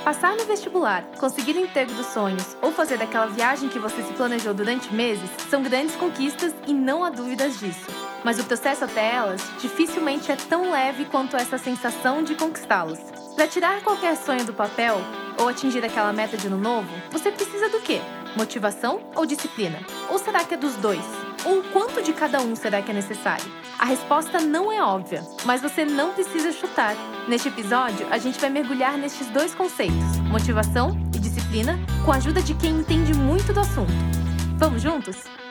Passar no vestibular, conseguir o emprego dos sonhos ou fazer aquela viagem que você se planejou durante meses são grandes conquistas e não há dúvidas disso. Mas o processo até elas dificilmente é tão leve quanto essa sensação de conquistá-los. Para tirar qualquer sonho do papel ou atingir aquela meta de ano novo, você precisa do quê? Motivação ou disciplina? Ou será que é dos dois? Ou o quanto de cada um será que é necessário? A resposta não é óbvia, mas você não precisa chutar. Neste episódio, a gente vai mergulhar nestes dois conceitos, motivação e disciplina, com a ajuda de quem entende muito do assunto. Vamos juntos?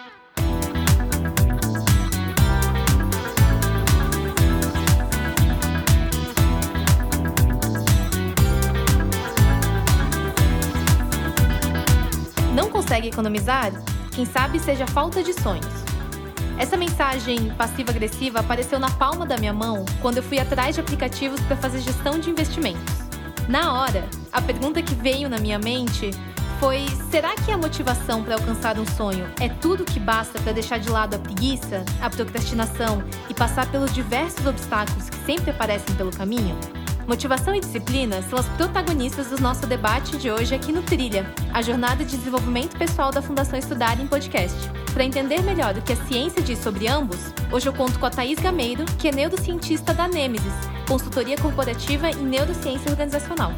Não consegue economizar? Quem sabe seja falta de sonhos. Essa mensagem passiva-agressiva apareceu na palma da minha mão quando eu fui atrás de aplicativos para fazer gestão de investimentos. Na hora, a pergunta que veio na minha mente foi: será que a motivação para alcançar um sonho é tudo que basta para deixar de lado a preguiça, a procrastinação e passar pelos diversos obstáculos que sempre aparecem pelo caminho? Motivação e disciplina são as protagonistas do nosso debate de hoje aqui no Trilha, a jornada de desenvolvimento pessoal da Fundação Estudar em podcast. Para entender melhor o que a ciência diz sobre ambos, hoje eu conto com a Thaís Gameiro, que é neurocientista da Nêmesis, consultoria corporativa em neurociência organizacional.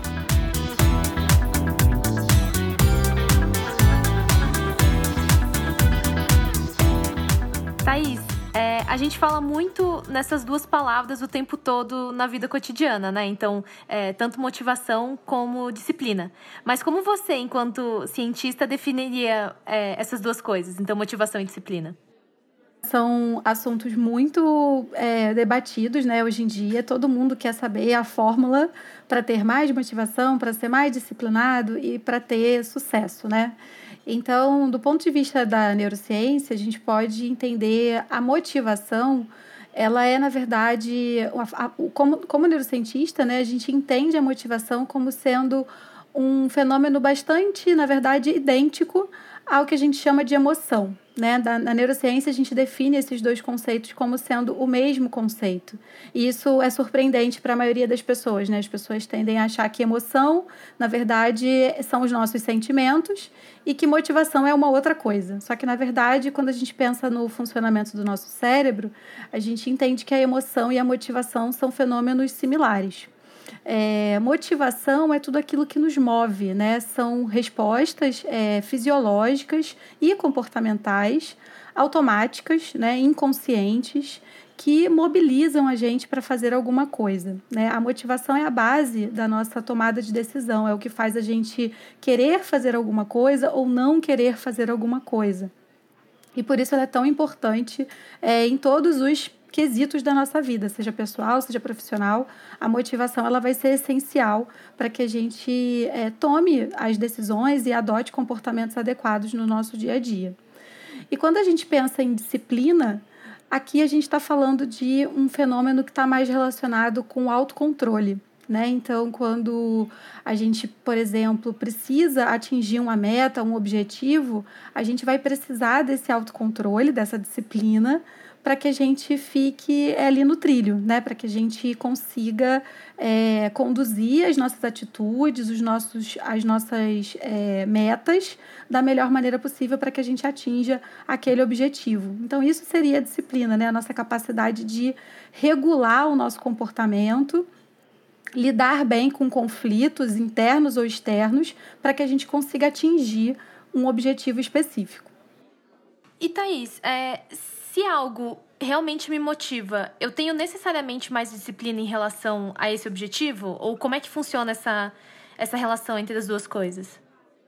Thaís, a gente fala muito nessas duas palavras o tempo todo na vida cotidiana, né? Então, tanto motivação como disciplina. Mas como você, enquanto cientista, definiria essas duas coisas? Então, motivação e disciplina. São assuntos muito debatidos, né? Hoje em dia, todo mundo quer saber a fórmula para ter mais motivação, para ser mais disciplinado e para ter sucesso, né? Então, do ponto de vista da neurociência, a gente pode entender a motivação. Ela é, na verdade, como neurocientista, né? A gente entende a motivação como sendo um fenômeno bastante, na verdade, idêntico ao que a gente chama de emoção, né? Na neurociência, a gente define esses dois conceitos como sendo o mesmo conceito. E isso é surpreendente para a maioria das pessoas, né? As pessoas tendem a achar que emoção, na verdade, são os nossos sentimentos e que motivação é uma outra coisa. Só que, na verdade, quando a gente pensa no funcionamento do nosso cérebro, a gente entende que a emoção e a motivação são fenômenos similares. Motivação é tudo aquilo que nos move, né? São respostas fisiológicas e comportamentais, automáticas, né? Inconscientes, que mobilizam a gente para fazer alguma coisa, né? A motivação é a base da nossa tomada de decisão, é o que faz a gente querer fazer alguma coisa ou não querer fazer alguma coisa. E por isso ela é tão importante em todos os quesitos da nossa vida, seja pessoal, seja profissional. A motivação ela vai ser essencial para que a gente tome as decisões e adote comportamentos adequados no nosso dia a dia. E quando a gente pensa em disciplina, aqui a gente está falando de um fenômeno que está mais relacionado com o autocontrole, né? Então, quando a gente, por exemplo, precisa atingir uma meta, um objetivo, a gente vai precisar desse autocontrole, dessa disciplina, para que a gente fique ali no trilho, né? Para que a gente consiga conduzir as nossas atitudes, as nossas metas da melhor maneira possível para que a gente atinja aquele objetivo. Então, isso seria a disciplina, né? A nossa capacidade de regular o nosso comportamento, lidar bem com conflitos internos ou externos para que a gente consiga atingir um objetivo específico. E Thaís, se algo realmente me motiva, eu tenho necessariamente mais disciplina em relação a esse objetivo? Ou como é que funciona essa relação entre as duas coisas?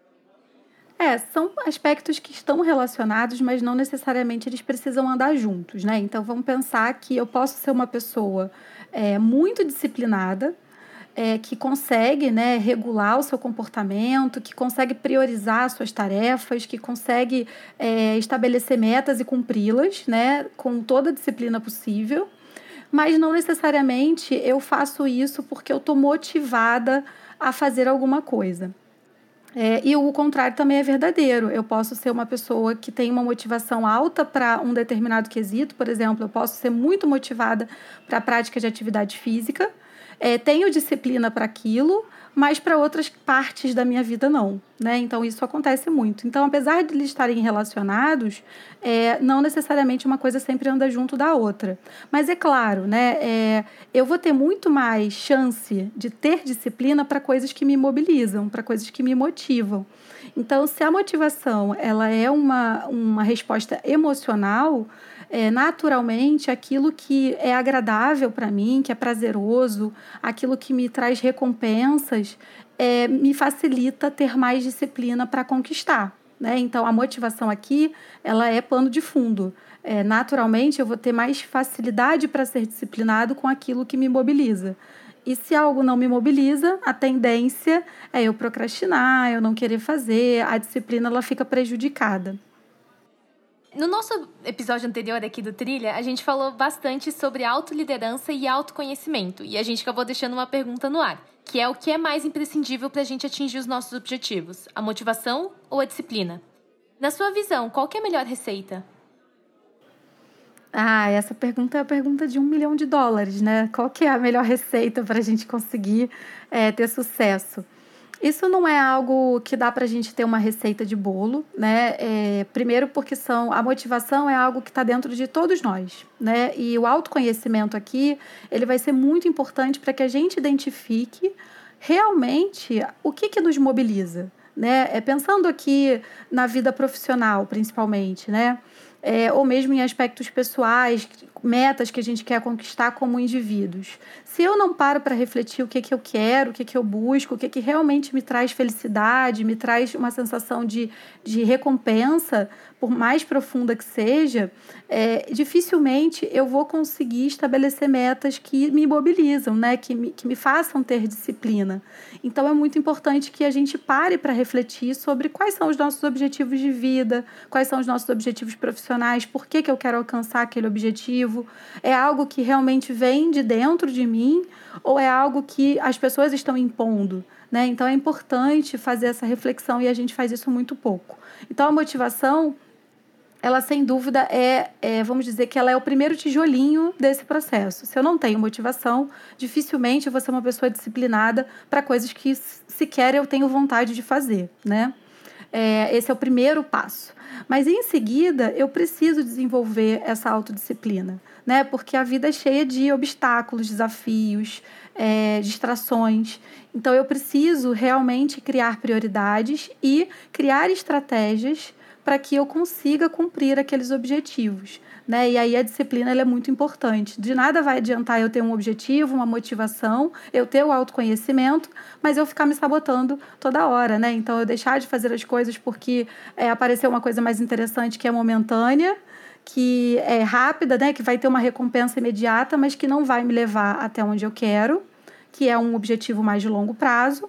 São aspectos que estão relacionados, mas não necessariamente eles precisam andar juntos, né? Então, vamos pensar que eu posso ser uma pessoa muito disciplinada, que consegue, né, regular o seu comportamento, que consegue priorizar as suas tarefas, que consegue estabelecer metas e cumpri-las, né, com toda a disciplina possível, mas não necessariamente eu faço isso porque eu estou motivada a fazer alguma coisa. E o contrário também é verdadeiro. Eu posso ser uma pessoa que tem uma motivação alta para um determinado quesito, por exemplo, eu posso ser muito motivada para a prática de atividade física, Tenho disciplina para aquilo, mas para outras partes da minha vida não, né? Então, isso acontece muito. Então, apesar de eles estarem relacionados, não necessariamente uma coisa sempre anda junto da outra. Mas é claro, né? Eu vou ter muito mais chance de ter disciplina para coisas que me mobilizam, para coisas que me motivam. Então, se a motivação ela é uma resposta emocional, naturalmente aquilo que é agradável para mim, que é prazeroso, aquilo que me traz recompensas, me facilita ter mais disciplina para conquistar, né? Então, a motivação aqui ela é pano de fundo. Naturalmente, eu vou ter mais facilidade para ser disciplinado com aquilo que me mobiliza. E se algo não me mobiliza, a tendência é eu procrastinar, eu não querer fazer, a disciplina ela fica prejudicada. No nosso episódio anterior aqui do Trilha, a gente falou bastante sobre autoliderança e autoconhecimento. E a gente acabou deixando uma pergunta no ar, que é o que é mais imprescindível para a gente atingir os nossos objetivos? A motivação ou a disciplina? Na sua visão, qual que é a melhor receita? Essa pergunta é a pergunta de $1 milhão, né? Qual que é a melhor receita para a gente conseguir ter sucesso? Isso não é algo que dá para a gente ter uma receita de bolo, né? Primeiro porque a motivação é algo que está dentro de todos nós, né? E o autoconhecimento aqui, ele vai ser muito importante para que a gente identifique realmente o que nos mobiliza, né? Pensando aqui na vida profissional, principalmente, né? Ou mesmo em aspectos pessoais, metas que a gente quer conquistar como indivíduos. Se eu não paro para refletir o que eu quero, o que eu busco, o que realmente me traz felicidade, me traz uma sensação de recompensa, por mais profunda que seja, dificilmente eu vou conseguir estabelecer metas que me mobilizam, né? que me façam ter disciplina. Então, é muito importante que a gente pare para refletir sobre quais são os nossos objetivos de vida, quais são os nossos objetivos profissionais, por que eu quero alcançar aquele objetivo. É algo que realmente vem de dentro de mim ou é algo que as pessoas estão impondo, né? Então, é importante fazer essa reflexão e a gente faz isso muito pouco. Então, a motivação, ela sem dúvida vamos dizer que ela é o primeiro tijolinho desse processo. Se eu não tenho motivação, dificilmente eu vou ser uma pessoa disciplinada para coisas que sequer eu tenho vontade de fazer, né? Esse é o primeiro passo. Mas em seguida, eu preciso desenvolver essa autodisciplina, né? Porque a vida é cheia de obstáculos, desafios, distrações. Então, eu preciso realmente criar prioridades e criar estratégias para que eu consiga cumprir aqueles objetivos, né? E aí a disciplina ela é muito importante. De nada vai adiantar eu ter um objetivo, uma motivação, eu ter o autoconhecimento, mas eu ficar me sabotando toda hora, né? Então, eu deixar de fazer as coisas porque apareceu uma coisa mais interessante que é momentânea, que é rápida, né? Que vai ter uma recompensa imediata, mas que não vai me levar até onde eu quero, que é um objetivo mais de longo prazo.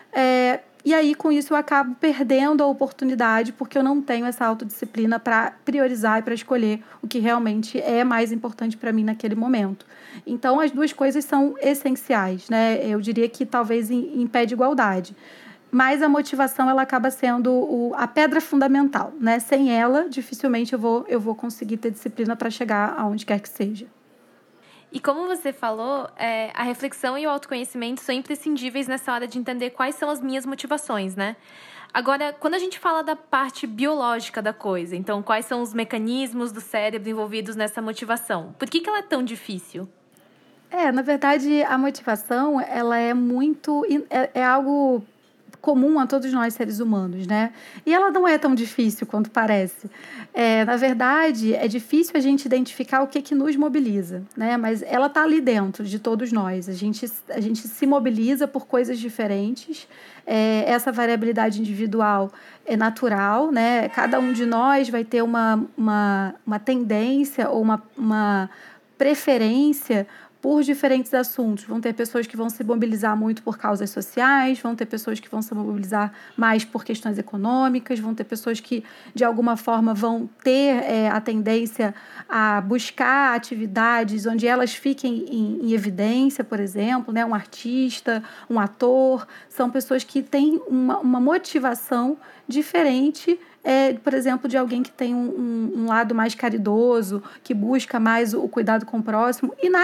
E aí, com isso, eu acabo perdendo a oportunidade porque eu não tenho essa autodisciplina para priorizar e para escolher o que realmente é mais importante para mim naquele momento. Então, as duas coisas são essenciais, né? Eu diria que talvez em pé de igualdade. Mas a motivação ela acaba sendo a pedra fundamental, né? Sem ela, dificilmente eu vou conseguir ter disciplina para chegar aonde quer que seja. E como você falou, a reflexão e o autoconhecimento são imprescindíveis nessa hora de entender quais são as minhas motivações, né? Agora, quando a gente fala da parte biológica da coisa, então quais são os mecanismos do cérebro envolvidos nessa motivação? Por que ela é tão difícil? Na verdade, a motivação, ela é muito... É algo comum a todos nós, seres humanos, né? E ela não é tão difícil quanto parece. Na verdade, é difícil a gente identificar o que nos mobiliza, né? Mas ela está ali dentro de todos nós. A gente se mobiliza por coisas diferentes. Essa variabilidade individual é natural, né? Cada um de nós vai ter uma tendência ou uma preferência por diferentes assuntos. Vão ter pessoas que vão se mobilizar muito por causas sociais, vão ter pessoas que vão se mobilizar mais por questões econômicas, vão ter pessoas que, de alguma forma, vão ter a tendência a buscar atividades onde elas fiquem em evidência, por exemplo, né? Um artista, um ator, são pessoas que têm uma motivação diferente, por exemplo, de alguém que tem um lado mais caridoso, que busca mais o cuidado com o próximo, e nada está errado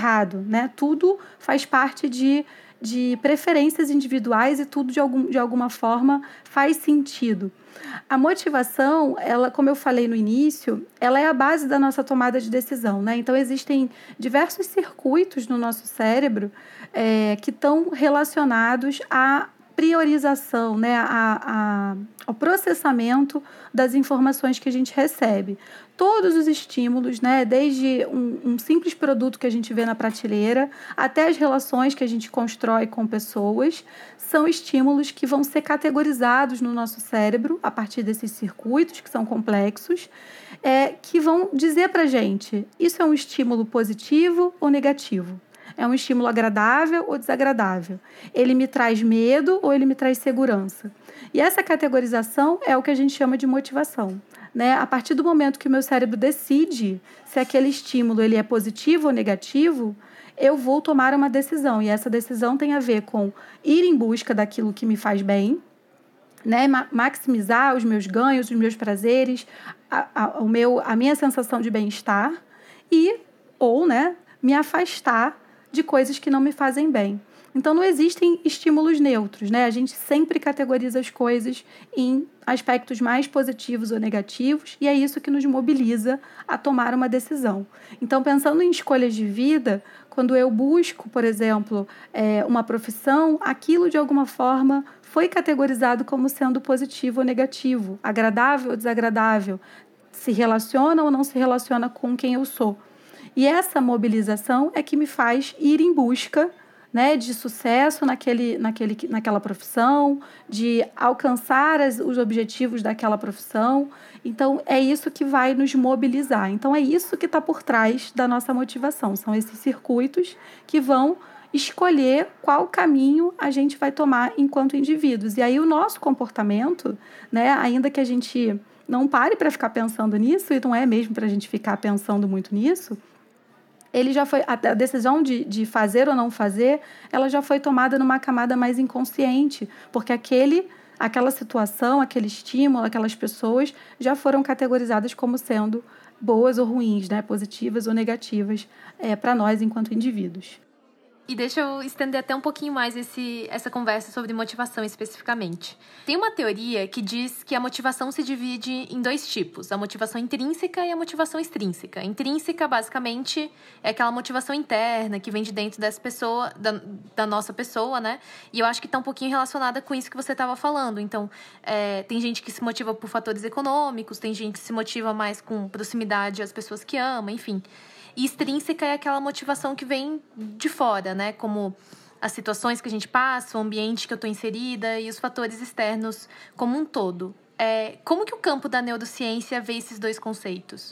errado, né? Tudo faz parte de preferências individuais e tudo, de alguma forma, faz sentido. A motivação, ela, como eu falei no início, ela é a base da nossa tomada de decisão, né? Então, existem diversos circuitos no nosso cérebro que estão relacionados à priorização, né? Ao processamento das informações que a gente recebe. Todos os estímulos, né? Desde um simples produto que a gente vê na prateleira até as relações que a gente constrói com pessoas, são estímulos que vão ser categorizados no nosso cérebro a partir desses circuitos que são complexos, que vão dizer para a gente, isso é um estímulo positivo ou negativo? É um estímulo agradável ou desagradável? Ele me traz medo ou ele me traz segurança? E essa categorização é o que a gente chama de motivação, né? A partir do momento que o meu cérebro decide se aquele estímulo ele é positivo ou negativo, eu vou tomar uma decisão. E essa decisão tem a ver com ir em busca daquilo que me faz bem, né? Maximizar os meus ganhos, os meus prazeres, a minha sensação de bem-estar ou, né, me afastar de coisas que não me fazem bem. Então, não existem estímulos neutros, né? A gente sempre categoriza as coisas em aspectos mais positivos ou negativos, e é isso que nos mobiliza a tomar uma decisão. Então, pensando em escolhas de vida, quando eu busco, por exemplo, uma profissão, aquilo de alguma forma foi categorizado como sendo positivo ou negativo, agradável ou desagradável, se relaciona ou não se relaciona com quem eu sou. E essa mobilização é que me faz ir em busca, né, de sucesso naquela profissão, de alcançar os objetivos daquela profissão. Então, é isso que vai nos mobilizar. Então, é isso que está por trás da nossa motivação. São esses circuitos que vão escolher qual caminho a gente vai tomar enquanto indivíduos. E aí, o nosso comportamento, né, ainda que a gente não pare para ficar pensando nisso, e não é mesmo para a gente ficar pensando muito nisso, ele já foi, a decisão de fazer ou não fazer, ela já foi tomada numa camada mais inconsciente, porque aquela situação, aquele estímulo, aquelas pessoas já foram categorizadas como sendo boas ou ruins, né? Positivas ou negativas para nós enquanto indivíduos. E deixa eu estender até um pouquinho mais essa conversa sobre motivação especificamente. Tem uma teoria que diz que a motivação se divide em dois tipos, a motivação intrínseca e a motivação extrínseca. A intrínseca, basicamente, é aquela motivação interna que vem de dentro dessa pessoa, da nossa pessoa, né? E eu acho que está um pouquinho relacionada com isso que você estava falando. Então, tem gente que se motiva por fatores econômicos, tem gente que se motiva mais com proximidade às pessoas que ama, enfim. E extrínseca é aquela motivação que vem de fora, né? Como as situações que a gente passa, o ambiente que eu estou inserida e os fatores externos como um todo. Como que o campo da neurociência vê esses dois conceitos?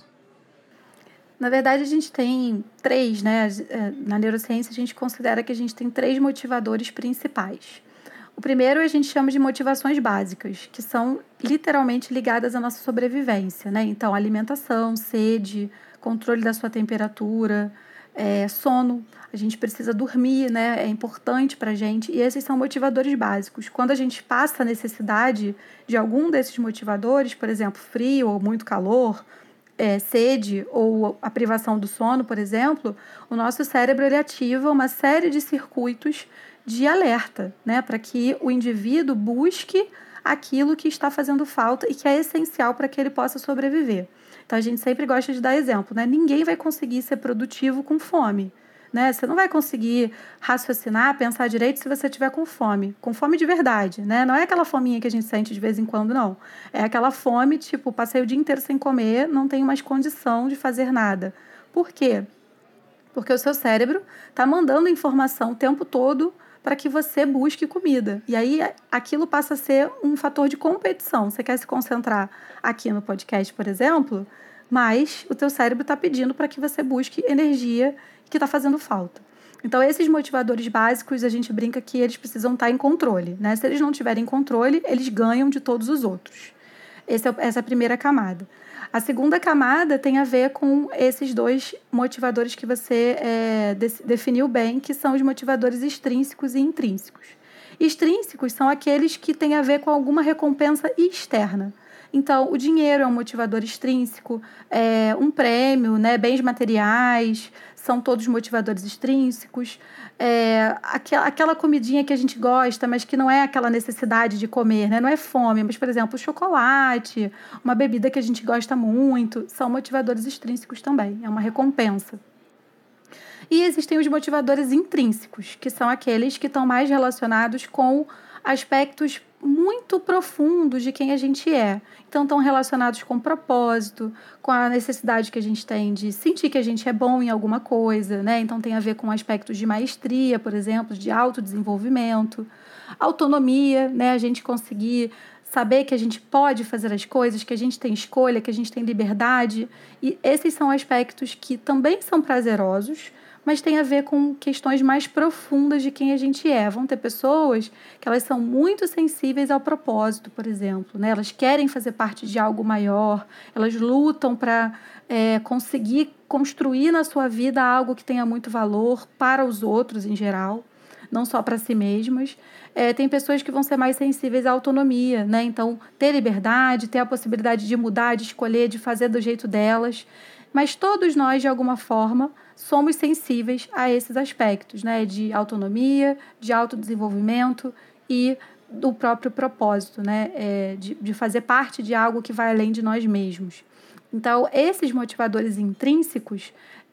Na verdade, a gente tem três, né? Na neurociência, a gente considera que a gente tem três motivadores principais. O primeiro a gente chama de motivações básicas, que são literalmente ligadas à nossa sobrevivência, né? Então, alimentação, sede, controle da sua temperatura, sono. A gente precisa dormir, né? É importante para a gente. E esses são motivadores básicos. Quando a gente passa a necessidade de algum desses motivadores, por exemplo, frio ou muito calor, sede ou a privação do sono, por exemplo, o nosso cérebro ele ativa uma série de circuitos de alerta, né? Para que o indivíduo busque aquilo que está fazendo falta e que é essencial para que ele possa sobreviver. Então, a gente sempre gosta de dar exemplo, né? Ninguém vai conseguir ser produtivo com fome, né? Você não vai conseguir raciocinar, pensar direito se você estiver com fome de verdade, né? Não é aquela fominha que a gente sente de vez em quando, não. É aquela fome, tipo, passei o dia inteiro sem comer, não tenho mais condição de fazer nada. Por quê? Porque o seu cérebro está mandando informação o tempo todo para que você busque comida. E aí, aquilo passa a ser um fator de competição. Você quer se concentrar aqui no podcast, por exemplo, mas o teu cérebro está pedindo para que você busque energia que está fazendo falta. Então, esses motivadores básicos, a gente brinca que eles precisam estar em controle, né? Se eles não tiverem controle, eles ganham de todos os outros. Essa é a primeira camada. A segunda camada tem a ver com esses dois motivadores que você definiu bem, que são os motivadores extrínsecos e intrínsecos. Extrínsecos são aqueles que têm a ver com alguma recompensa externa. Então, o dinheiro é um motivador extrínseco, um prêmio, né, bens materiais, são todos motivadores extrínsecos. Aquela comidinha que a gente gosta, mas que não é aquela necessidade de comer, né? Não é fome, mas, por exemplo, o chocolate, uma bebida que a gente gosta muito, são motivadores extrínsecos também, é uma recompensa. E existem os motivadores intrínsecos, que são aqueles que estão mais relacionados com aspectos muito profundos de quem a gente é. Então, estão relacionados com o propósito, com a necessidade que a gente tem de sentir que a gente é bom em alguma coisa, né? Então, tem a ver com aspectos de maestria, por exemplo, de autodesenvolvimento, autonomia, né? A gente conseguir saber que a gente pode fazer as coisas, que a gente tem escolha, que a gente tem liberdade. E esses são aspectos que também são prazerosos, mas tem a ver com questões mais profundas de quem a gente é. Vão ter pessoas que elas são muito sensíveis ao propósito, por exemplo, né? Elas querem fazer parte de algo maior, elas lutam para conseguir construir na sua vida algo que tenha muito valor para os outros em geral, não só para si mesmas. Tem pessoas que vão ser mais sensíveis à autonomia, né? Então, ter liberdade, ter a possibilidade de mudar, de escolher, de fazer do jeito delas. Mas todos nós, de alguma forma, somos sensíveis a esses aspectos, né? De autonomia, de autodesenvolvimento e do próprio propósito, né? De fazer parte de algo que vai além de nós mesmos. Então, esses motivadores intrínsecos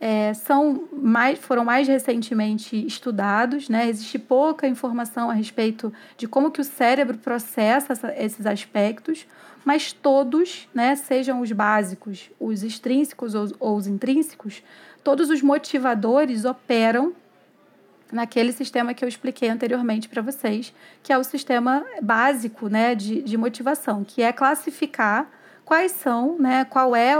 foram mais recentemente estudados, né? Existe pouca informação a respeito de como que o cérebro processa esses aspectos, mas todos, né, sejam os básicos, os extrínsecos ou os intrínsecos, todos os motivadores operam naquele sistema que eu expliquei anteriormente para vocês, que é o sistema básico, né, de motivação, que é classificar quais são, né, qual é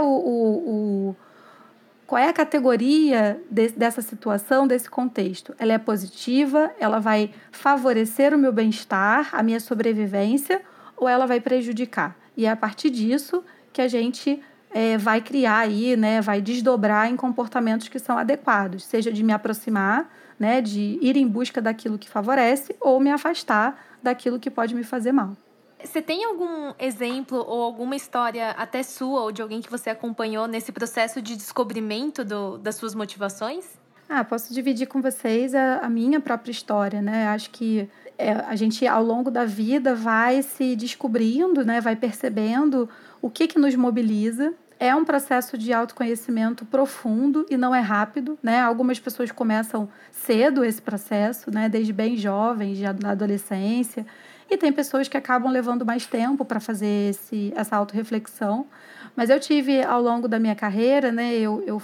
a categoria dessa situação, desse contexto. Ela é positiva, ela vai favorecer o meu bem-estar, a minha sobrevivência, ou ela vai prejudicar? E é a partir disso que a gente vai criar aí, né, vai desdobrar em comportamentos que são adequados, seja de me aproximar, né, de ir em busca daquilo que favorece ou me afastar daquilo que pode me fazer mal. Você tem algum exemplo ou alguma história até sua ou de alguém que você acompanhou nesse processo de descobrimento das suas motivações? Posso dividir com vocês a minha própria história, né? Acho que a gente, ao longo da vida, vai se descobrindo, né? Vai percebendo o que nos mobiliza. É um processo de autoconhecimento profundo e não é rápido, né? Algumas pessoas começam cedo esse processo, né? Desde bem jovens, já na adolescência. E tem pessoas que acabam levando mais tempo para fazer essa autorreflexão. Mas eu tive, ao longo da minha carreira, né? Eu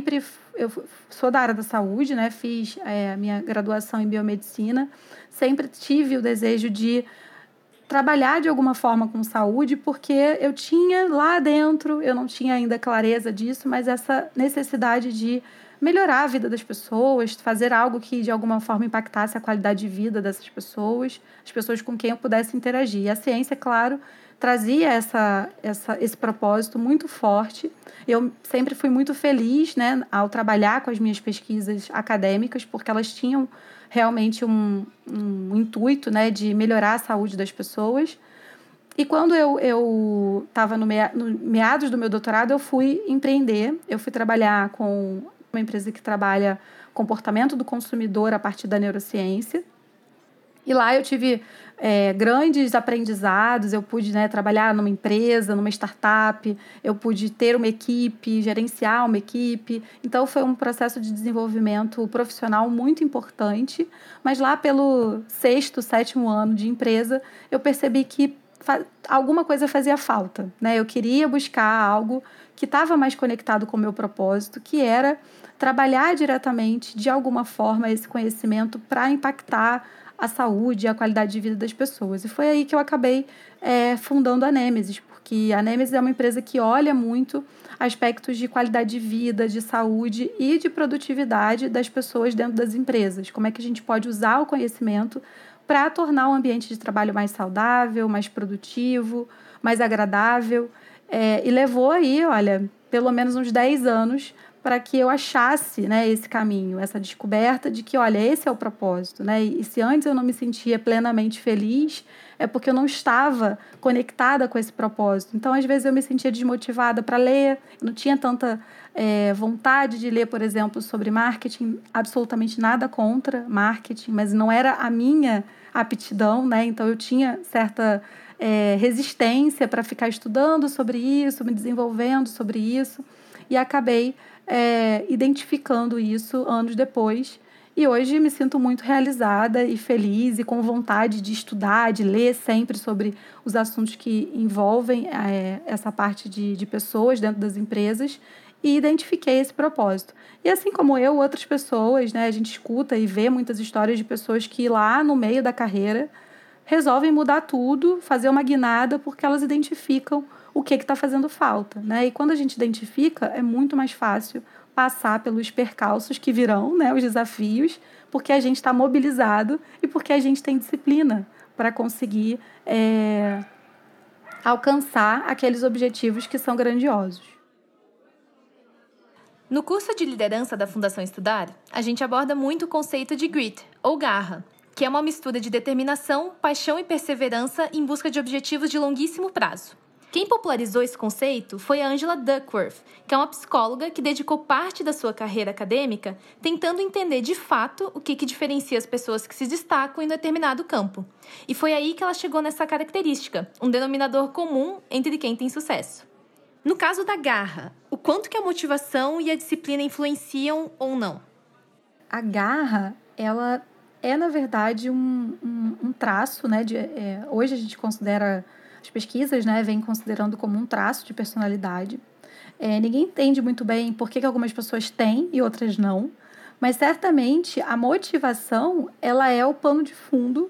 sou da área da saúde, né? Fiz a minha graduação em biomedicina. Sempre tive o desejo de trabalhar de alguma forma com saúde, porque eu tinha lá dentro, eu não tinha ainda clareza disso, mas essa necessidade de melhorar a vida das pessoas, fazer algo que de alguma forma impactasse a qualidade de vida dessas pessoas, as pessoas com quem eu pudesse interagir. E a ciência, claro, trazia esse propósito muito forte. Eu sempre fui muito feliz, né, ao trabalhar com as minhas pesquisas acadêmicas, porque elas tinham realmente um intuito, né, de melhorar a saúde das pessoas. E quando eu estava no meados do meu doutorado, eu fui empreender. Eu fui trabalhar com uma empresa que trabalha comportamento do consumidor a partir da neurociência. E lá eu tive grandes aprendizados, eu pude, né, trabalhar numa empresa, numa startup, eu pude ter uma equipe, gerenciar uma equipe. Então, foi um processo de desenvolvimento profissional muito importante. Mas lá pelo 6º, 7º ano de empresa, eu percebi que alguma coisa fazia falta, né? Eu queria buscar algo que estava mais conectado com o meu propósito, que era trabalhar diretamente, de alguma forma, esse conhecimento para impactar a saúde e a qualidade de vida das pessoas. E foi aí que eu acabei fundando a Nêmesis, porque a Nêmesis é uma empresa que olha muito aspectos de qualidade de vida, de saúde e de produtividade das pessoas dentro das empresas. Como é que a gente pode usar o conhecimento para tornar o ambiente de trabalho mais saudável, mais produtivo, mais agradável. E levou aí, olha, pelo menos uns 10 anos para que eu achasse, né, esse caminho, essa descoberta de que, olha, esse é o propósito, né? E se antes eu não me sentia plenamente feliz, é porque eu não estava conectada com esse propósito. Então, às vezes, eu me sentia desmotivada para ler, não tinha tanta vontade de ler, por exemplo, sobre marketing, absolutamente nada contra marketing, mas não era a minha aptidão, né? Então, eu tinha certa resistência para ficar estudando sobre isso, me desenvolvendo sobre isso, e acabei identificando isso anos depois. E hoje me sinto muito realizada e feliz e com vontade de estudar, de ler sempre sobre os assuntos que envolvem essa parte de pessoas dentro das empresas, e identifiquei esse propósito. E assim como eu, outras pessoas, né, a gente escuta e vê muitas histórias de pessoas que lá no meio da carreira resolvem mudar tudo, fazer uma guinada, porque elas identificam o que está fazendo falta, né? E quando a gente identifica, é muito mais fácil passar pelos percalços que virão, né? Os desafios, porque a gente está mobilizado e porque a gente tem disciplina para conseguir alcançar aqueles objetivos que são grandiosos. No curso de liderança da Fundação Estudar, a gente aborda muito o conceito de grit, ou garra, que é uma mistura de determinação, paixão e perseverança em busca de objetivos de longuíssimo prazo. Quem popularizou esse conceito foi a Angela Duckworth, que é uma psicóloga que dedicou parte da sua carreira acadêmica tentando entender de fato o que diferencia as pessoas que se destacam em determinado campo. E foi aí que ela chegou nessa característica, um denominador comum entre quem tem sucesso. No caso da garra, o quanto que a motivação e a disciplina influenciam ou não? A garra, ela é, na verdade, um traço, né? Hoje a gente considera, as pesquisas, né, vêm considerando como um traço de personalidade. Ninguém entende muito bem por que algumas pessoas têm e outras não, mas certamente a motivação, ela é o pano de fundo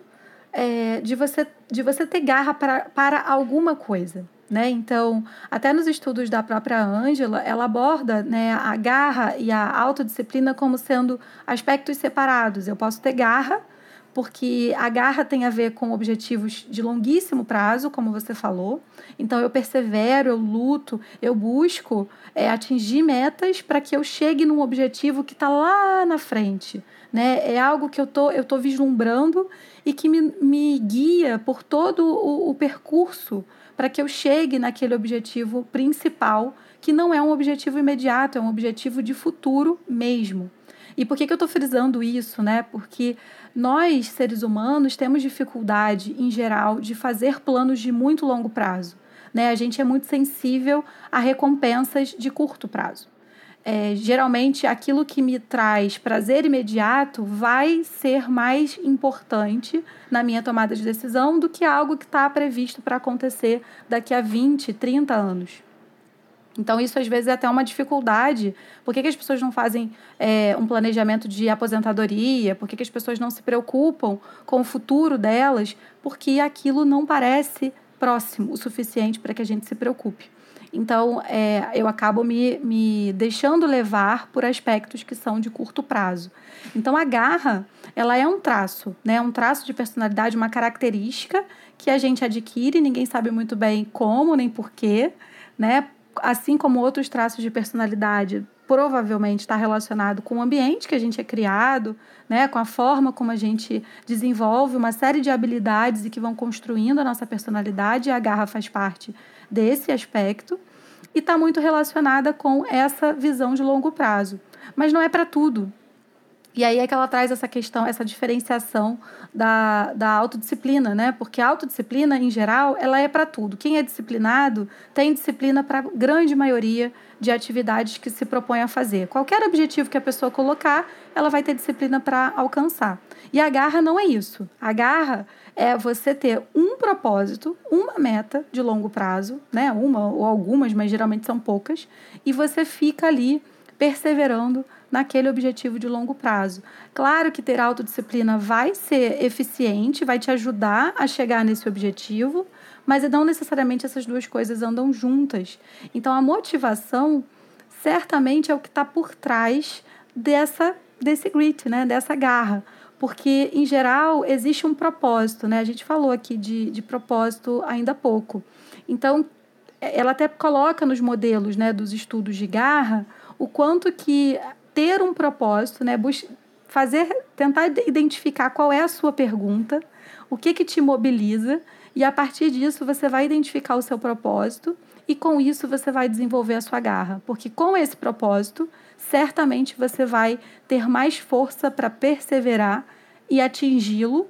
de você ter garra para alguma coisa, né? Então, até nos estudos da própria Ângela, ela aborda, né, a garra e a autodisciplina como sendo aspectos separados. Eu posso ter garra, porque a garra tem a ver com objetivos de longuíssimo prazo, como você falou. Então, eu persevero, eu luto, eu busco atingir metas para que eu chegue num objetivo que está lá na frente, né? É algo que eu tô vislumbrando e que me guia por todo o percurso para que eu chegue naquele objetivo principal, que não é um objetivo imediato, é um objetivo de futuro mesmo. E por que eu estou frisando isso, né? Porque nós, seres humanos, temos dificuldade, em geral, de fazer planos de muito longo prazo, né? A gente é muito sensível a recompensas de curto prazo. Geralmente, aquilo que me traz prazer imediato vai ser mais importante na minha tomada de decisão do que algo que está previsto para acontecer daqui a 20, 30 anos. Então, isso às vezes é até uma dificuldade. Por que as pessoas não fazem um planejamento de aposentadoria? Por que as pessoas não se preocupam com o futuro delas? Porque aquilo não parece próximo o suficiente para que a gente se preocupe. Então, eu acabo me deixando levar por aspectos que são de curto prazo. Então, a garra, ela é um traço, né? Um traço de personalidade, uma característica que a gente adquire, ninguém sabe muito bem como nem porquê, né? Assim como outros traços de personalidade, provavelmente está relacionado com o ambiente que a gente é criado, né? Com a forma como a gente desenvolve uma série de habilidades e que vão construindo a nossa personalidade, e a garra faz parte desse aspecto, e está muito relacionada com essa visão de longo prazo. Mas não é para tudo. E aí é que ela traz essa questão, essa diferenciação da autodisciplina, né? Porque a autodisciplina, em geral, ela é para tudo. Quem é disciplinado tem disciplina para a grande maioria de atividades que se propõe a fazer. Qualquer objetivo que a pessoa colocar, ela vai ter disciplina para alcançar. E a garra não é isso. A garra é você ter um propósito, uma meta de longo prazo, né? Uma ou algumas, mas geralmente são poucas, e você fica ali perseverando naquele objetivo de longo prazo. Claro que ter autodisciplina vai ser eficiente, vai te ajudar a chegar nesse objetivo, mas não necessariamente essas duas coisas andam juntas. Então, a motivação certamente é o que está por trás desse grit, né? Dessa garra. Porque, em geral, existe um propósito, né? A gente falou aqui de propósito ainda há pouco. Então, ela até coloca nos modelos, né, dos estudos de garra o quanto que ter um propósito, né, tentar identificar qual é a sua pergunta, o que te mobiliza, e a partir disso você vai identificar o seu propósito e com isso você vai desenvolver a sua garra, porque com esse propósito, certamente você vai ter mais força para perseverar e atingi-lo,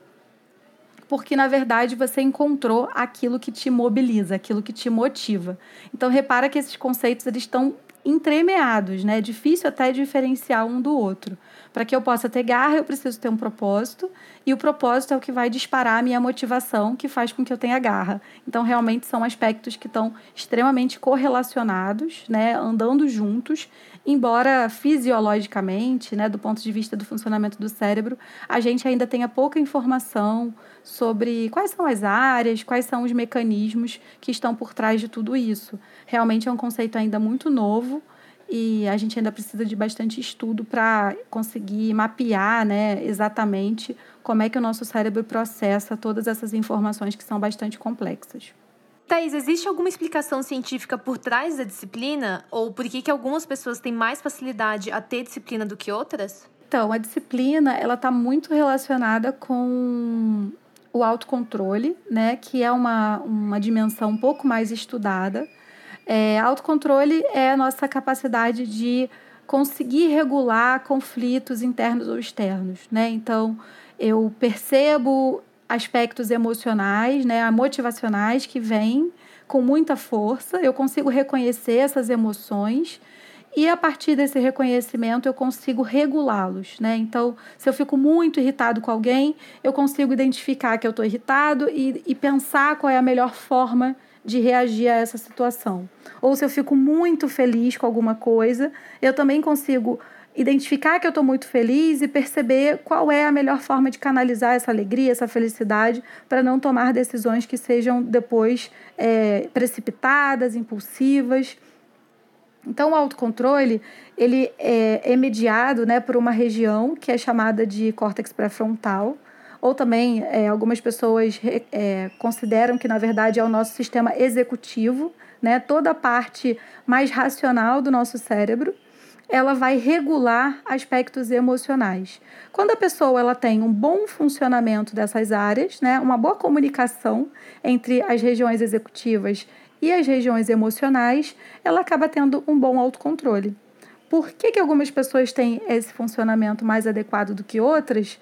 porque na verdade você encontrou aquilo que te mobiliza, aquilo que te motiva. Então repara que esses conceitos eles estão entremeados, né? É difícil até diferenciar um do outro. Para que eu possa ter garra, eu preciso ter um propósito, e o propósito é o que vai disparar a minha motivação, que faz com que eu tenha garra. Então, realmente, são aspectos que estão extremamente correlacionados, né? Andando juntos, embora fisiologicamente, né, do ponto de vista do funcionamento do cérebro, a gente ainda tenha pouca informação sobre quais são as áreas, quais são os mecanismos que estão por trás de tudo isso. Realmente é um conceito ainda muito novo e a gente ainda precisa de bastante estudo para conseguir mapear, né, exatamente como é que o nosso cérebro processa todas essas informações que são bastante complexas. Thaís, existe alguma explicação científica por trás da disciplina? Ou por que algumas pessoas têm mais facilidade a ter disciplina do que outras? Então, a disciplina ela está muito relacionada com o autocontrole, né, que é uma dimensão um pouco mais estudada. Autocontrole é a nossa capacidade de conseguir regular conflitos internos ou externos, né? Então, eu percebo aspectos emocionais, né, motivacionais que vêm com muita força, eu consigo reconhecer essas emoções e a partir desse reconhecimento eu consigo regulá-los, né? Então, se eu fico muito irritado com alguém, eu consigo identificar que eu estou irritado e pensar qual é a melhor forma de reagir a essa situação. Ou se eu fico muito feliz com alguma coisa, eu também consigo identificar que eu estou muito feliz e perceber qual é a melhor forma de canalizar essa alegria, essa felicidade, para não tomar decisões que sejam depois precipitadas, impulsivas. Então, o autocontrole ele é mediado, né, por uma região que é chamada de córtex pré-frontal, ou também algumas pessoas consideram que, na verdade, é o nosso sistema executivo, né, toda a parte mais racional do nosso cérebro, ela vai regular aspectos emocionais. Quando a pessoa ela tem um bom funcionamento dessas áreas, né, uma boa comunicação entre as regiões executivas e as regiões emocionais, ela acaba tendo um bom autocontrole. Por que algumas pessoas têm esse funcionamento mais adequado do que outras?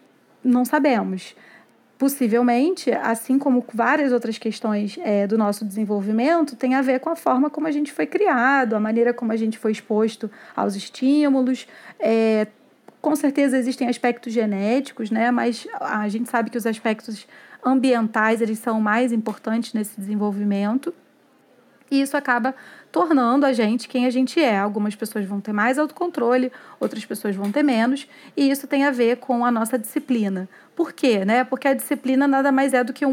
Não sabemos. Possivelmente, assim como várias outras questões do nosso desenvolvimento, tem a ver com a forma como a gente foi criado, a maneira como a gente foi exposto aos estímulos. Com certeza existem aspectos genéticos, né? Mas a gente sabe que os aspectos ambientais eles são mais importantes nesse desenvolvimento. E isso acaba tornando a gente quem a gente é. Algumas pessoas vão ter mais autocontrole, outras pessoas vão ter menos, e isso tem a ver com a nossa disciplina. Por quê? Né? Porque a disciplina nada mais é do que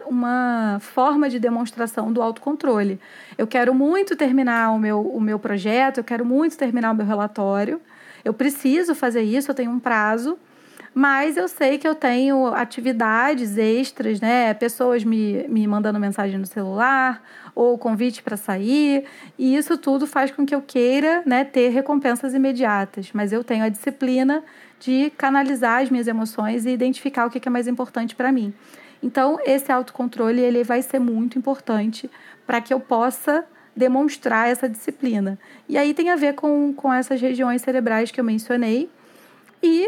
uma forma de demonstração do autocontrole. Eu quero muito terminar o meu projeto, eu quero muito terminar o meu relatório, eu preciso fazer isso, eu tenho um prazo, mas eu sei que eu tenho atividades extras, né? Pessoas me mandando mensagem no celular ou convite para sair, e isso tudo faz com que eu queira, né, ter recompensas imediatas, mas eu tenho a disciplina de canalizar as minhas emoções e identificar o que é mais importante para mim. Então, esse autocontrole ele vai ser muito importante para que eu possa demonstrar essa disciplina. E aí tem a ver com essas regiões cerebrais que eu mencionei. E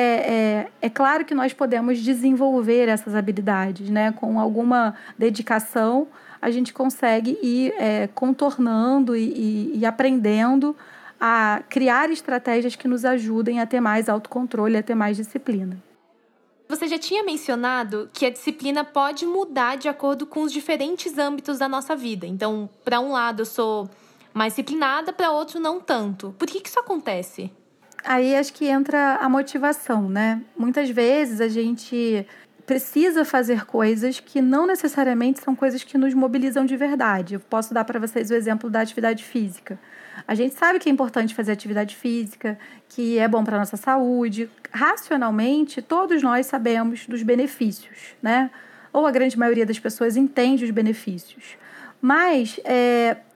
é claro que nós podemos desenvolver essas habilidades, né? Com alguma dedicação, a gente consegue ir contornando e aprendendo a criar estratégias que nos ajudem a ter mais autocontrole, a ter mais disciplina. Você já tinha mencionado que a disciplina pode mudar de acordo com os diferentes âmbitos da nossa vida. Então, para um lado eu sou mais disciplinada, para outro não tanto. Por que isso acontece? Aí acho que entra a motivação, né? Muitas vezes a gente precisa fazer coisas que não necessariamente são coisas que nos mobilizam de verdade. Eu posso dar para vocês o exemplo da atividade física. A gente sabe que é importante fazer atividade física, que é bom para a nossa saúde. Racionalmente, todos nós sabemos dos benefícios, né? Ou a grande maioria das pessoas entende os benefícios. Mas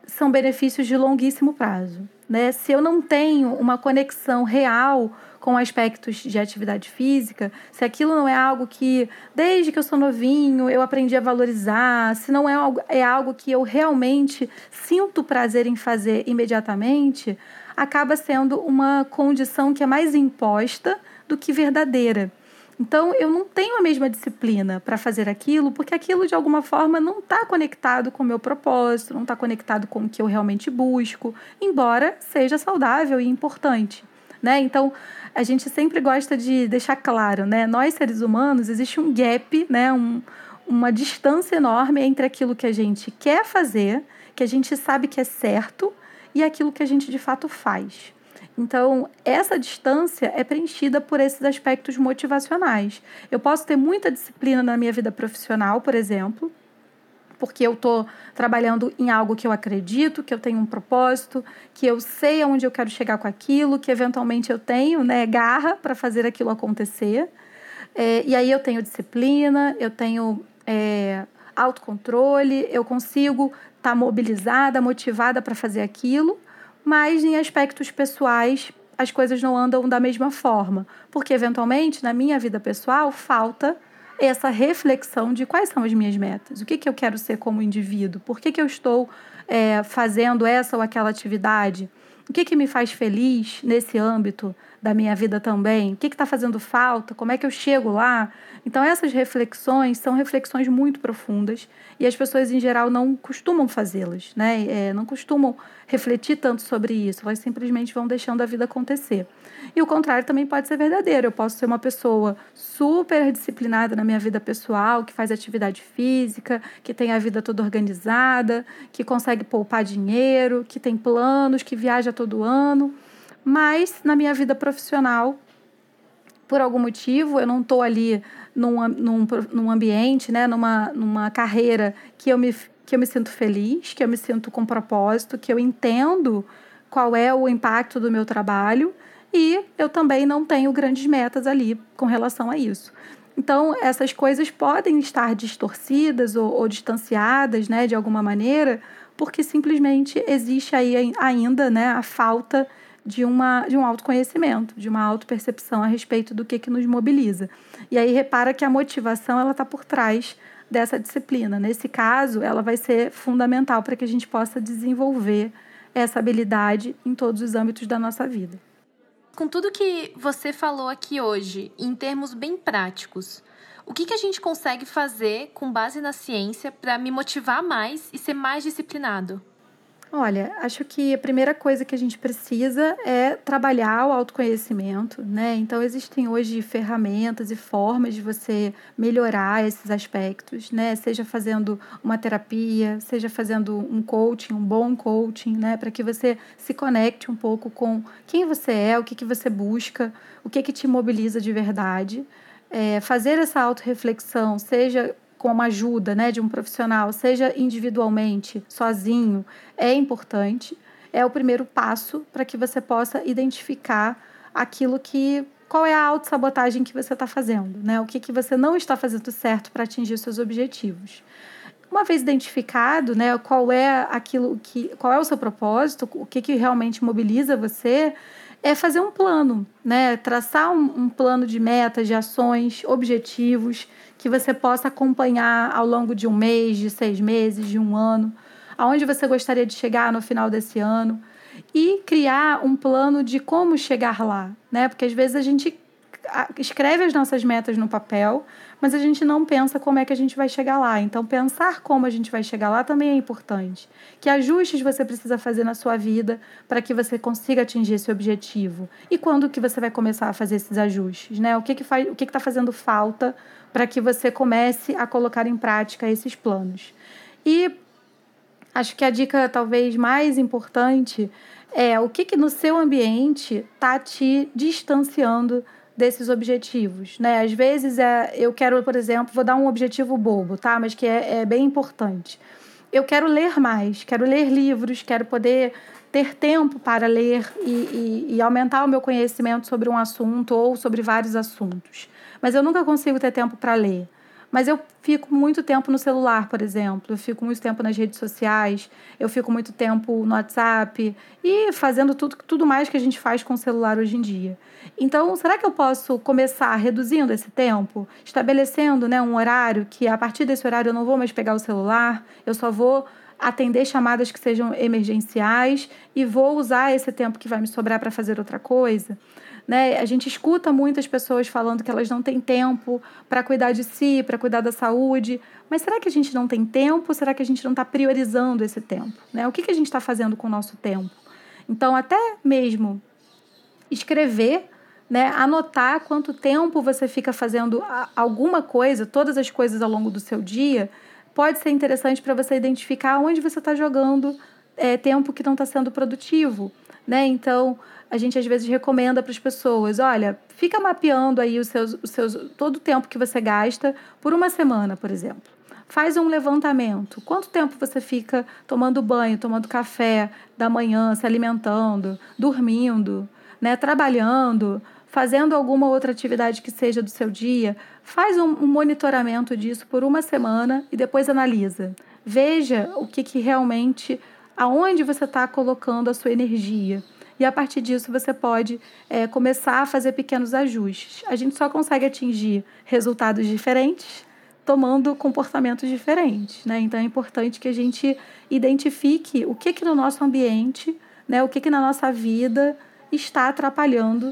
são benefícios de longuíssimo prazo, né? Se eu não tenho uma conexão real com aspectos de atividade física, se aquilo não é algo que, desde que eu sou novinho, eu aprendi a valorizar, se não é algo que eu realmente sinto prazer em fazer imediatamente, acaba sendo uma condição que é mais imposta do que verdadeira. Então, eu não tenho a mesma disciplina para fazer aquilo, porque aquilo, de alguma forma, não está conectado com o meu propósito, não está conectado com o que eu realmente busco, embora seja saudável e importante, né? Então, a gente sempre gosta de deixar claro, né? Nós, seres humanos, existe um gap, né? Uma distância enorme entre aquilo que a gente quer fazer, que a gente sabe que é certo, e aquilo que a gente, de fato, faz. Então, essa distância é preenchida por esses aspectos motivacionais. Eu posso ter muita disciplina na minha vida profissional, por exemplo, porque eu estou trabalhando em algo que eu acredito, que eu tenho um propósito, que eu sei aonde eu quero chegar com aquilo, que eventualmente eu tenho, né, garra para fazer aquilo acontecer. E aí eu tenho disciplina, eu tenho autocontrole, eu consigo estar mobilizada, motivada para fazer aquilo, mas em aspectos pessoais as coisas não andam da mesma forma, porque eventualmente na minha vida pessoal falta essa reflexão de quais são as minhas metas, o que eu quero ser como indivíduo, por que eu estou fazendo essa ou aquela atividade, o que me faz feliz nesse âmbito da minha vida também, o que está fazendo falta, como é que eu chego lá. Então essas reflexões são reflexões muito profundas e as pessoas em geral não costumam fazê-las, né? Não costumam refletir tanto sobre isso, elas simplesmente vão deixando a vida acontecer. E o contrário também pode ser verdadeiro. Eu posso ser uma pessoa super disciplinada na minha vida pessoal, que faz atividade física, que tem a vida toda organizada, que consegue poupar dinheiro, que tem planos, que viaja todo ano. Mas na minha vida profissional, por algum motivo, eu não estou ali num ambiente, né, numa carreira que eu me sinto feliz, que eu me sinto com propósito, que eu entendo qual é o impacto do meu trabalho e eu também não tenho grandes metas ali com relação a isso. Então, essas coisas podem estar distorcidas ou distanciadas, né, de alguma maneira, porque simplesmente existe aí ainda, né, a falta de um autoconhecimento, de uma autopercepção a respeito do que nos mobiliza. E aí repara que a motivação ela está por trás dessa disciplina. Nesse caso, ela vai ser fundamental para que a gente possa desenvolver essa habilidade em todos os âmbitos da nossa vida. Com tudo que você falou aqui hoje, em termos bem práticos, o que a gente consegue fazer com base na ciência para me motivar mais e ser mais disciplinado? Olha, acho que a primeira coisa que a gente precisa é trabalhar o autoconhecimento, né? Então, existem hoje ferramentas e formas de você melhorar esses aspectos, né? Seja fazendo uma terapia, seja fazendo um coaching, um bom coaching, né? Para que você se conecte um pouco com quem você é, o que você busca, o que te mobiliza de verdade. Fazer essa autorreflexão, seja com a ajuda, né, de um profissional, seja individualmente, sozinho, é importante. É o primeiro passo para que você possa identificar qual é a autossabotagem que você está fazendo, né? O que você não está fazendo certo para atingir seus objetivos. Uma vez identificado, né, qual é o seu propósito, o que realmente mobiliza você, é fazer um plano, né? Traçar um plano de metas, de ações, objetivos que você possa acompanhar ao longo de um mês, de 6 meses, de um ano, aonde você gostaria de chegar no final desse ano e criar um plano de como chegar lá, né? Porque às vezes a gente escreve as nossas metas no papel, mas a gente não pensa como é que a gente vai chegar lá. Então, pensar como a gente vai chegar lá também é importante. Que ajustes você precisa fazer na sua vida para que você consiga atingir esse objetivo? E quando que você vai começar a fazer esses ajustes, né? O que está fazendo falta para que você comece a colocar em prática esses planos? E acho que a dica talvez mais importante é o que no seu ambiente está te distanciando desses objetivos, né? Às vezes eu quero, por exemplo, vou dar um objetivo bobo, tá? Mas que é bem importante. Eu quero ler mais, quero ler livros, quero poder ter tempo para ler e aumentar o meu conhecimento sobre um assunto ou sobre vários assuntos. Mas eu nunca consigo ter tempo para ler. mas eu fico muito tempo no celular, por exemplo, eu fico muito tempo nas redes sociais, eu fico muito tempo no WhatsApp e fazendo tudo mais que a gente faz com o celular hoje em dia. Então, será que eu posso começar reduzindo esse tempo, estabelecendo, né, um horário que a partir desse horário eu não vou mais pegar o celular, eu só vou atender chamadas que sejam emergenciais e vou usar esse tempo que vai me sobrar para fazer outra coisa? Né? A gente escuta muitas pessoas falando que elas não têm tempo para cuidar de si, para cuidar da saúde. Mas será que a gente não tem tempo? Será que a gente não está priorizando esse tempo? Né? O que a gente está fazendo com o nosso tempo? Então, até mesmo escrever, né? Anotar quanto tempo você fica fazendo alguma coisa, todas as coisas ao longo do seu dia, pode ser interessante para você identificar onde você está jogando tempo que não está sendo produtivo. Né? Então, a gente às vezes recomenda para as pessoas, olha, fica mapeando aí todo o tempo que você gasta por uma semana, por exemplo. Faz um levantamento. Quanto tempo você fica tomando banho, tomando café da manhã, se alimentando, dormindo, né? Trabalhando, fazendo alguma outra atividade que seja do seu dia? Faz um monitoramento disso por uma semana e depois analisa. Veja o que realmente, aonde você está colocando a sua energia. E a partir disso você pode começar a fazer pequenos ajustes. A gente só consegue atingir resultados diferentes tomando comportamentos diferentes, né? Então é importante que a gente identifique o que no nosso ambiente, né, o que na nossa vida está atrapalhando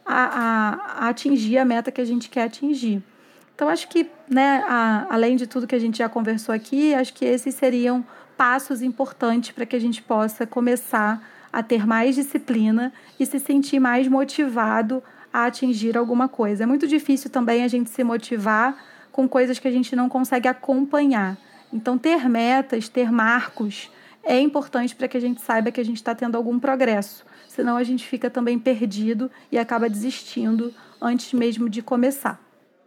a atingir a meta que a gente quer atingir. Então acho que, né, além de tudo que a gente já conversou aqui, acho que esses seriam passos importantes para que a gente possa começar a ter mais disciplina e se sentir mais motivado a atingir alguma coisa. É muito difícil também a gente se motivar com coisas que a gente não consegue acompanhar. Então, ter metas, ter marcos, é importante para que a gente saiba que a gente está tendo algum progresso. Senão a gente fica também perdido e acaba desistindo antes mesmo de começar.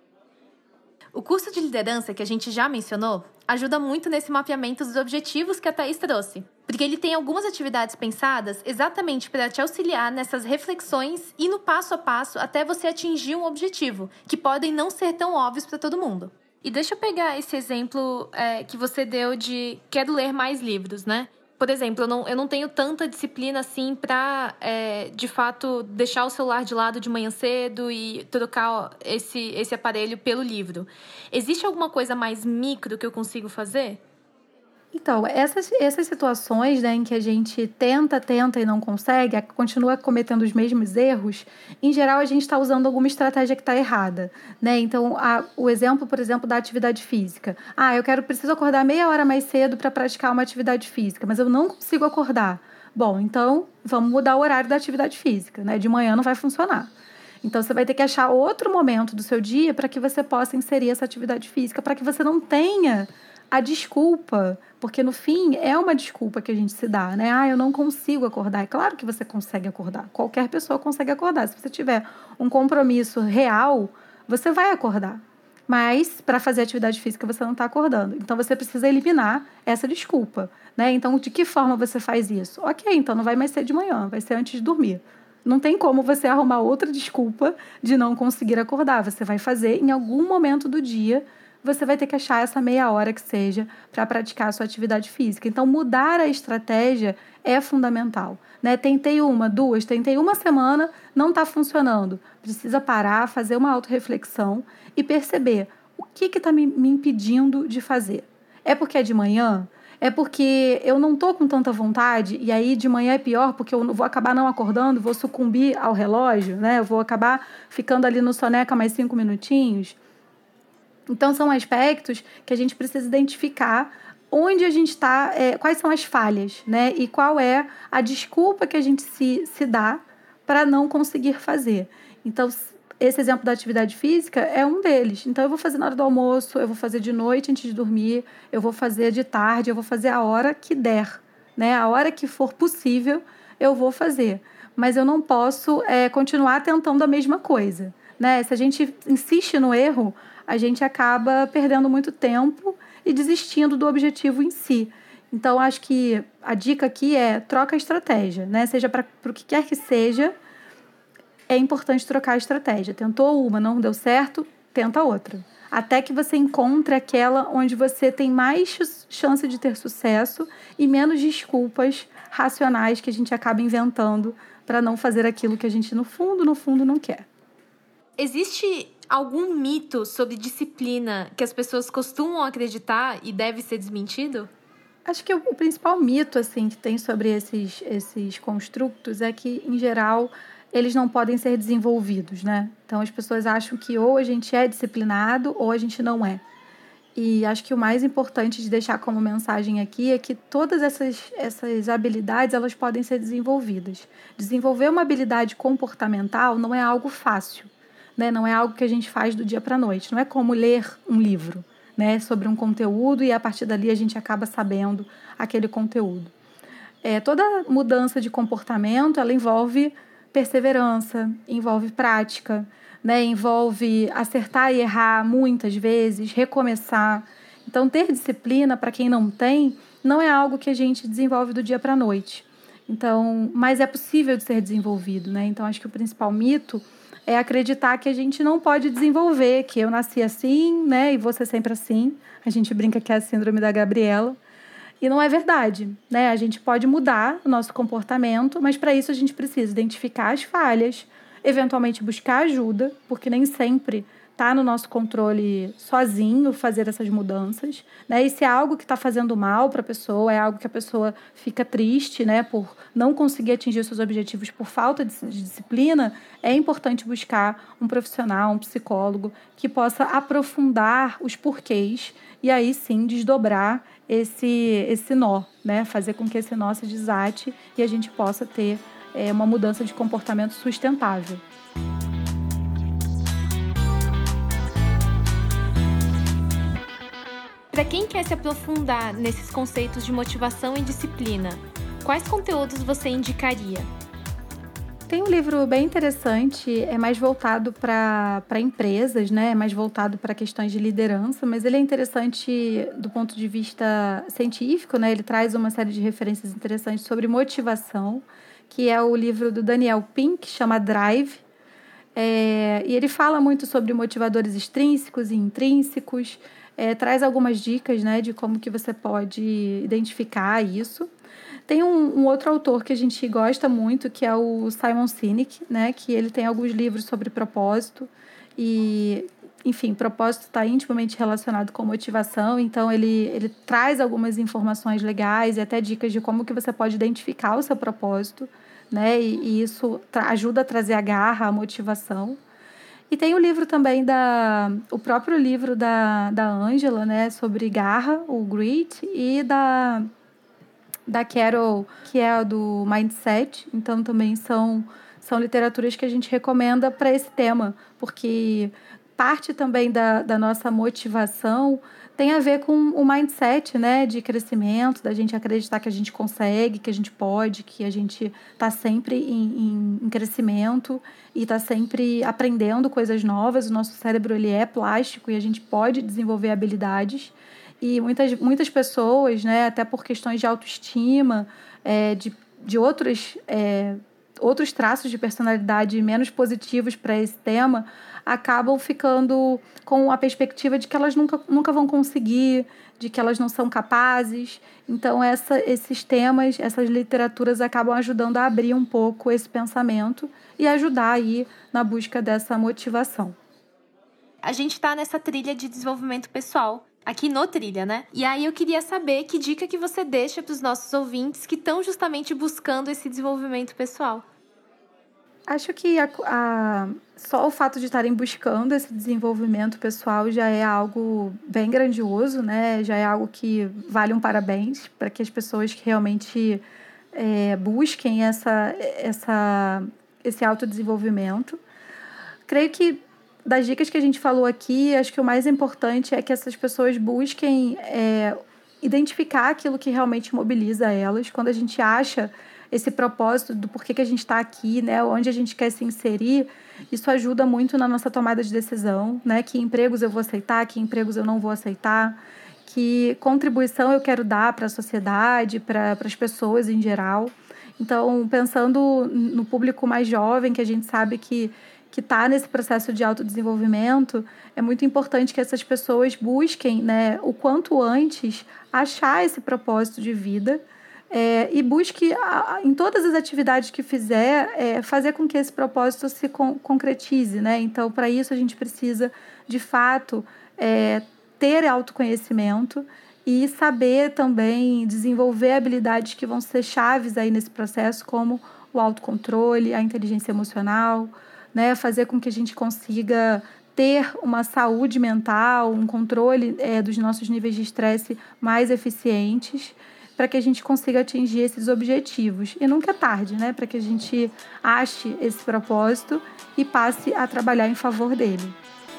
O curso de liderança que a gente já mencionou ajuda muito nesse mapeamento dos objetivos que a Thaís trouxe, porque ele tem algumas atividades pensadas exatamente para te auxiliar nessas reflexões e no passo a passo até você atingir um objetivo, que podem não ser tão óbvios para todo mundo. E deixa eu pegar esse exemplo que você deu de quero ler mais livros, né? Por exemplo, eu não tenho tanta disciplina assim para, de fato, deixar o celular de lado de manhã cedo e trocar esse aparelho pelo livro. Existe alguma coisa mais micro que eu consigo fazer? Então, essas situações, né, em que a gente tenta e não consegue, continua cometendo os mesmos erros, em geral a gente está usando alguma estratégia que está errada, né? Então, o exemplo, por exemplo, da atividade física. Preciso acordar meia hora mais cedo para praticar uma atividade física, mas eu não consigo acordar. Bom, então vamos mudar o horário da atividade física, né? De manhã não vai funcionar. Então, você vai ter que achar outro momento do seu dia para que você possa inserir essa atividade física, para que você não tenha a desculpa, porque no fim é uma desculpa que a gente se dá, né? Eu não consigo acordar. É claro que você consegue acordar. Qualquer pessoa consegue acordar. Se você tiver um compromisso real, você vai acordar. Mas para fazer atividade física você não está acordando. Então você precisa eliminar essa desculpa, né? Então de que forma você faz isso? Ok, então não vai mais ser de manhã, vai ser antes de dormir. Não tem como você arrumar outra desculpa de não conseguir acordar. Você vai fazer em algum momento do dia. Você vai ter que achar essa meia hora que seja para praticar a sua atividade física. Então, mudar a estratégia é fundamental, né? Tentei uma semana, não está funcionando. Precisa parar, fazer uma autorreflexão e perceber o que está me impedindo de fazer. É porque é de manhã? É porque eu não estou com tanta vontade e aí de manhã é pior porque eu vou acabar não acordando, vou sucumbir ao relógio, né? Eu vou acabar ficando ali no soneca mais 5 minutinhos. Então, são aspectos que a gente precisa identificar onde a gente está, quais são as falhas, né? E qual é a desculpa que a gente se dá para não conseguir fazer. Então, esse exemplo da atividade física é um deles. Então, eu vou fazer na hora do almoço, eu vou fazer de noite antes de dormir, eu vou fazer de tarde, eu vou fazer a hora que der, né? A hora que for possível, eu vou fazer. Mas eu não posso continuar tentando a mesma coisa, né? Se a gente insiste no erro, a gente acaba perdendo muito tempo e desistindo do objetivo em si. Então, acho que a dica aqui é troca a estratégia, né? Seja para o que quer que seja, é importante trocar a estratégia. Tentou uma, não deu certo, tenta outra. até que você encontre aquela onde você tem mais chance de ter sucesso e menos desculpas racionais que a gente acaba inventando para não fazer aquilo que a gente, no fundo, não quer. Existe algum mito sobre disciplina que as pessoas costumam acreditar e deve ser desmentido? Acho que o principal mito assim, que tem sobre esses construtos é que, em geral, eles não podem ser desenvolvidos, né? Então, as pessoas acham que ou a gente é disciplinado ou a gente não é. E acho que o mais importante de deixar como mensagem aqui é que todas essas habilidades elas podem ser desenvolvidas. Desenvolver uma habilidade comportamental não é algo fácil, né? Não é algo que a gente faz do dia para a noite. Não é como ler um livro, né, sobre um conteúdo e a partir dali a gente acaba sabendo aquele conteúdo. Toda mudança de comportamento ela envolve perseverança, envolve prática, né? Envolve acertar e errar muitas vezes, recomeçar. Então, ter disciplina, para quem não tem, não é algo que a gente desenvolve do dia para a noite. Então, mas é possível de ser desenvolvido, né? Então, acho que o principal mito é acreditar que a gente não pode desenvolver, que eu nasci assim, né? E vou ser sempre assim. A gente brinca que é a síndrome da Gabriela. E não é verdade, né? A gente pode mudar o nosso comportamento, mas para isso a gente precisa identificar as falhas, eventualmente buscar ajuda, porque nem sempre está no nosso controle sozinho fazer essas mudanças, né? E se é algo que está fazendo mal para a pessoa, é algo que a pessoa fica triste, né, por não conseguir atingir seus objetivos por falta de disciplina, é importante buscar um profissional, um psicólogo, que possa aprofundar os porquês e aí sim desdobrar esse nó, né? Fazer com que esse nó se desate e a gente possa ter uma mudança de comportamento sustentável. Para quem quer se aprofundar nesses conceitos de motivação e disciplina, quais conteúdos você indicaria? Tem um livro bem interessante, é mais voltado para empresas, né? É mais voltado para questões de liderança, mas ele é interessante do ponto de vista científico, né? Ele traz uma série de referências interessantes sobre motivação, que é o livro do Daniel Pink, que chama Drive. E ele fala muito sobre motivadores extrínsecos e intrínsecos, traz algumas dicas, né, de como que você pode identificar isso. Tem um outro autor que a gente gosta muito, que é o Simon Sinek, né, que ele tem alguns livros sobre propósito e, enfim, propósito está intimamente relacionado com motivação, então ele traz algumas informações legais e até dicas de como que você pode identificar o seu propósito, né, e isso ajuda a trazer a garra, a motivação. E tem o livro também o próprio livro da Angela, né, sobre garra, o Grit, e da Carol, que é a do Mindset. Então, também são literaturas que a gente recomenda para esse tema, porque parte também da nossa motivação tem a ver com o mindset, né, de crescimento, da gente acreditar que a gente consegue, que a gente pode, que a gente está sempre em crescimento e está sempre aprendendo coisas novas. O nosso cérebro ele é plástico e a gente pode desenvolver habilidades. E muitas pessoas, né, até por questões de autoestima, de outros traços de personalidade menos positivos para esse tema, acabam ficando com a perspectiva de que elas nunca vão conseguir, de que elas não são capazes. Então, esses temas, essas literaturas acabam ajudando a abrir um pouco esse pensamento e ajudar aí na busca dessa motivação. A gente está nessa trilha de desenvolvimento pessoal, aqui no Trilha, né? E aí eu queria saber que dica que você deixa para os nossos ouvintes que estão justamente buscando esse desenvolvimento pessoal. Acho que só o fato de estarem buscando esse desenvolvimento pessoal já é algo bem grandioso, né? Já é algo que vale um parabéns para que as pessoas que realmente busquem esse autodesenvolvimento. Creio que das dicas que a gente falou aqui, acho que o mais importante é que essas pessoas busquem identificar aquilo que realmente mobiliza elas. Quando a gente acha esse propósito do porquê que a gente está aqui, né, onde a gente quer se inserir, isso ajuda muito na nossa tomada de decisão, né, que empregos eu vou aceitar, que empregos eu não vou aceitar, que contribuição eu quero dar para a sociedade, para as pessoas em geral. Então, pensando no público mais jovem, que a gente sabe que que está nesse processo de autodesenvolvimento, é muito importante que essas pessoas busquem, né, o quanto antes achar esse propósito de vida e busque, em todas as atividades que fizer, fazer com que esse propósito se concretize, né? Então, para isso, a gente precisa, de fato, ter autoconhecimento e saber também desenvolver habilidades que vão ser chaves aí nesse processo, como o autocontrole, a inteligência emocional, né? Fazer com que a gente consiga ter uma saúde mental, um controle dos nossos níveis de estresse mais eficientes, para que a gente consiga atingir esses objetivos. E nunca é tarde, né? Para que a gente ache esse propósito e passe a trabalhar em favor dele.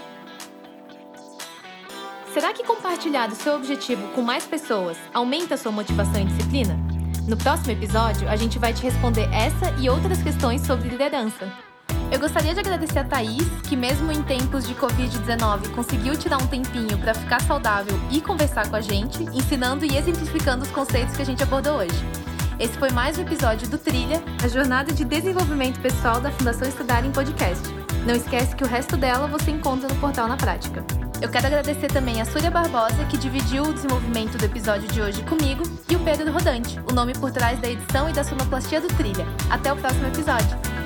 Será que compartilhar do seu objetivo com mais pessoas aumenta a sua motivação e disciplina? No próximo episódio, a gente vai te responder essa e outras questões sobre liderança. Eu gostaria de agradecer a Thaís, que mesmo em tempos de Covid-19 conseguiu tirar um tempinho para ficar saudável e conversar com a gente, ensinando e exemplificando os conceitos que a gente abordou hoje. Esse foi mais um episódio do Trilha, a jornada de desenvolvimento pessoal da Fundação Estudar em Podcast. Não esquece que o resto dela você encontra no portal Na Prática. Eu quero agradecer também a Súria Barbosa, que dividiu o desenvolvimento do episódio de hoje comigo, e o Pedro Rodante, o nome por trás da edição e da sonoplastia do Trilha. Até o próximo episódio!